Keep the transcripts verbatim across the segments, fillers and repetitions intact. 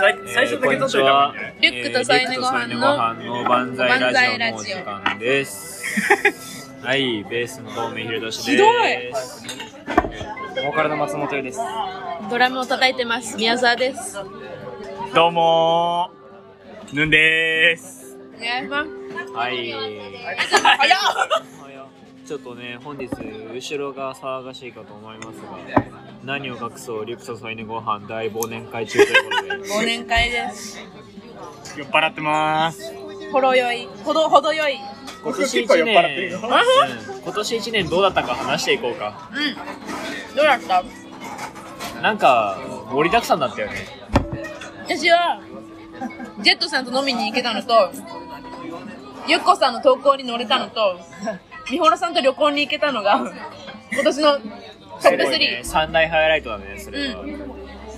最初だけ撮っといた方がいいんじゃない？ リュックと添い寝ご飯の万歳ラジオのお時間です。はい、ベースの東名ひろとしです。 ひどい。 ボーカルの松本優です。 ドラムを叩いてます宮沢です。 どうもー、ぬんでーす。 お願いします。 はい。 早っ。 ちょっとね、本日後ろが騒がしいかと思いますが、何を隠そうリュックと添い寝ご飯大忘年会中ということで忘年会です。 酔っ払ってまーす。 ほろ酔い、ほどほど酔い。 今年一年、うん、今年一年どうだったか話していこうか。 うん。どうだった？ なんか盛りだくさんだったよね。 私はジェットさんと飲みに行けたのと、ゆっこさんの投稿に乗れたのと、みほらさんと旅行に行けたのが今年のトップスリー、 ね、三大ハイライトだね、それは、うん、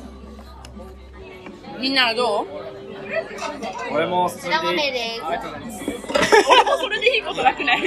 みんなはどう？ 俺もそれでいい。 ありがとうございます。俺もそれでいいことなくない？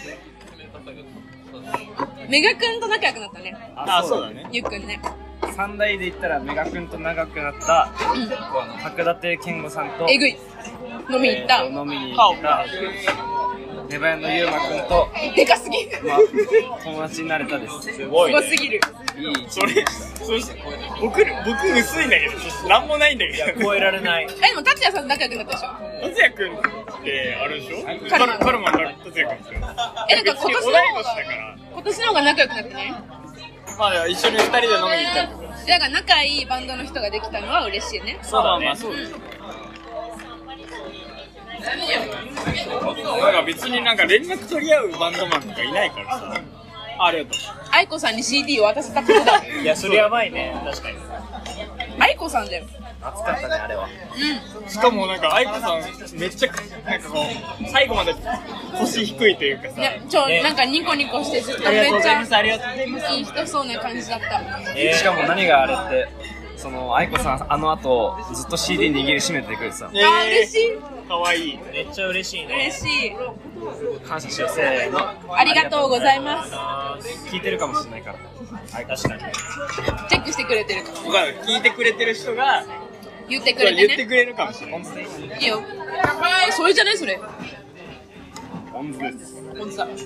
メガ君と仲良くなったね。 あ、そうだね。 ゆっくんね。 三大で言ったらメガ君と長くなった、うん、角館健吾さんとえぐい飲みに行った、 えー、飲みに行ったネバヤンのゆうまくんとでかすぎ、 まあ、友達になれたです。 すごい、ね、 すごすぎる。 いいそれそして僕僕薄いんだけどなんもないんだけど、いや超えられない。 えでも達也さんと仲良くなったでしょ。 達也くんってあれでしょ、カルマンカルマンの達也くんですよ。 えなんか今年の方が今年の方が仲良くなってない？ まあ一緒に二人で飲みに行ったりとか、 だから仲いいバンドの人ができたのは嬉しいね。 そうだね。 そうです。なんか別になんか連絡取り合うバンドマンとかいないからさ。ありがとう。 愛子さんに シーディー を渡せたことだ。 いやそれやばいね、確かに。 愛子さんだよ。 熱かったねあれは。 うん。 しかもなんか愛子さんめっちゃなんかこう最後まで腰低いというかさ。 いやちょ、ね、なんかニコニコしてずっとめっちゃいい人そうな感じだった。 えー、しかも何があれってその愛子さんあの後ずっと シーディー 握りしめてくれてさ。 えー、あ嬉しい。 かわいい。 めっちゃ嬉しいね。 嬉しい。 感謝しよう。せーの。 ありがとうございます。 聞いてるかもしれないから。 はい、確かに。 チェックしてくれてるかも。 聞いてくれてる人が言ってくれてね。 言ってくれるかもしれない。 いいよ。それじゃないそれ。 ポン酢です。 ポン酢だ。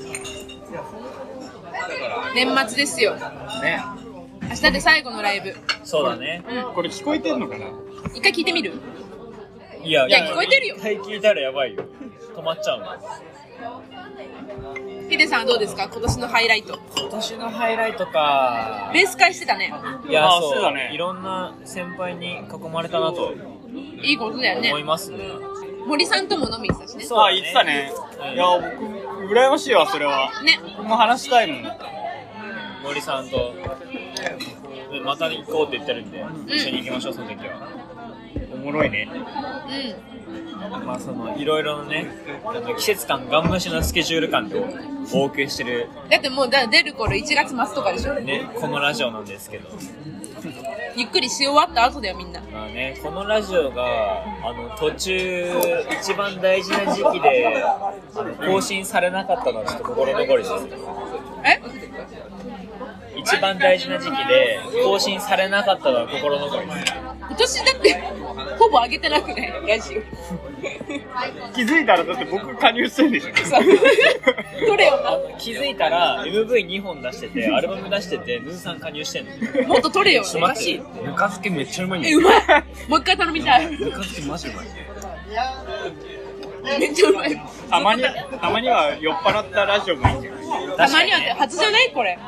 年末ですよ。 ね。 明日で最後のライブ。 そうだね。 うん。 これ聞こえてんのかな？ 一回聞いてみる？ いやいや聞こえてるよ。 一回聞いたらやばいよ。止まっちゃうの。 ヒデさんはどうですか？今年のハイライト。 今年のハイライトか。 ベース会してたね。 いやそう、 そうだね。 いろんな先輩に囲まれたなと。 いいことだよね。 思いますね。 森さんとも飲みに行ったしね。 そう、ね、あ、言ってたね。うん、いや僕羨ましいわそれは。 ね。 僕も話したいもん。 森さんとまた行こうって言ってるんで、うん、一緒に行きましょうその時は。おもろいね。 うん。 まあそのいろいろなね、季節感ガン無視のスケジュール感とお送りしてる。 だってもうだ出る頃いちがつ末とかでしょ。 ね、このラジオなんですけど。 ゆっくりし終わった後だよみんな。 まあね、このラジオがあの途中一番大事な時期であの更新されなかったのはちょっと心残りです。 え？ 一番大事な時期で更新されなかったのは心残りです。 今年だってほぼ上げてなくないラジオ。 気づいたらだって僕加入してるんでしょ。 どれよな。 気づいたら エムブイに 本出しててアルバム出しててヌズさん加入してんの。 もっと取れよ。 おかしい。 ぬか漬けめっちゃうまいんだよ。えうまい。もう一回頼みたい。 ぬか漬けマジうまい。 めっちゃうまい。 たまにたまには酔っ払ったラジオもいいんじゃない。 たまにはって初じゃないこれ。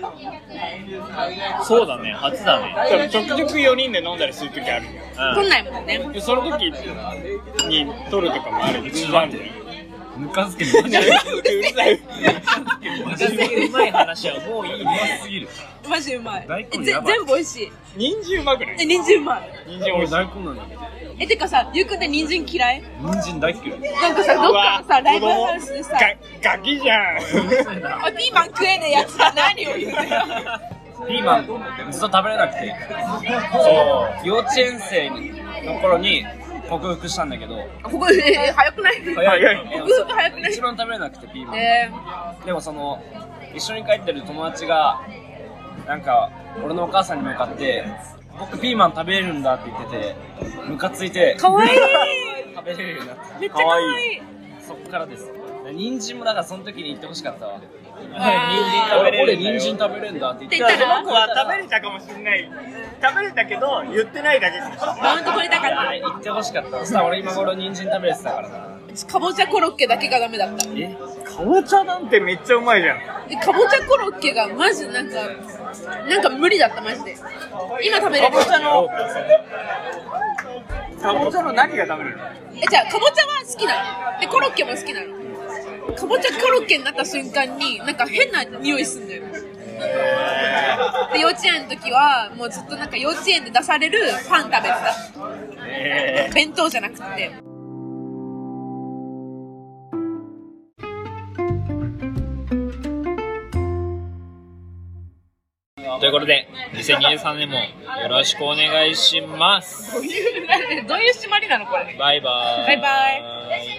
そうだね、初だね。 ちょくちょくよにんで飲んだりするときあるよ。 うん、取んないもんね。 その時に取るとかもある。普通なんで。ぬか漬けマジうるさい。 ぬか漬けうまい話はもういい。うますぎる。 マジうまい。えぜ全部美味しい。 人参うまくない？ え人参うまい。 人参美味しい。大根なんだ。 えてかさ、ゆうくんって人参嫌い？ 人参大嫌い。 なんかさ、どっかさ、ライブハウスでさ、 ガキじゃん。 あピーマン食えねえやつが何を言うんだよ。 ピーマンずっと食べれなくて、そう幼稚園生の頃に克服したんだけど、 ここで、えー、早くない？ 早い。 克服早くない？ 一番食べれなくてピーマン。 えー、でもその一緒に帰ってる友達がなんか俺のお母さんに向かって僕ピーマン食べれるんだって言っててムカついてかわいい食べれるようになった。 めっちゃかわいい。 そっからです。人参もだからその時に言ってほしかったわ。 人参食べれるんだよ。 俺人参食べれるんだって言ってって言ったら僕は食べれたかもしれない。食べれたけど言ってないだけです。 マウント取りたかった。 言ってほしかった。そしたら俺今頃人参食べれてたからな。 かぼちゃコロッケだけがダメだった。 えかぼちゃなんてめっちゃうまいじゃん。 でかぼちゃコロッケがマジなんかなんか無理だったマジで。今食べれる。 かぼちゃのかぼちゃの何が食べれるの？ えじゃあかぼちゃは好きなの。でコロッケも好きなの。かぼちゃコロッケになった瞬間になんか変な匂いすんのよ。で幼稚園の時はもうずっとなんか幼稚園で出されるパン食べてた。 え弁当じゃなくて。 ということでにせんにじゅうさんねんもよろしくお願いします。 どういうどういう締まりなのこれ。 バイバーイ。 バイバイ。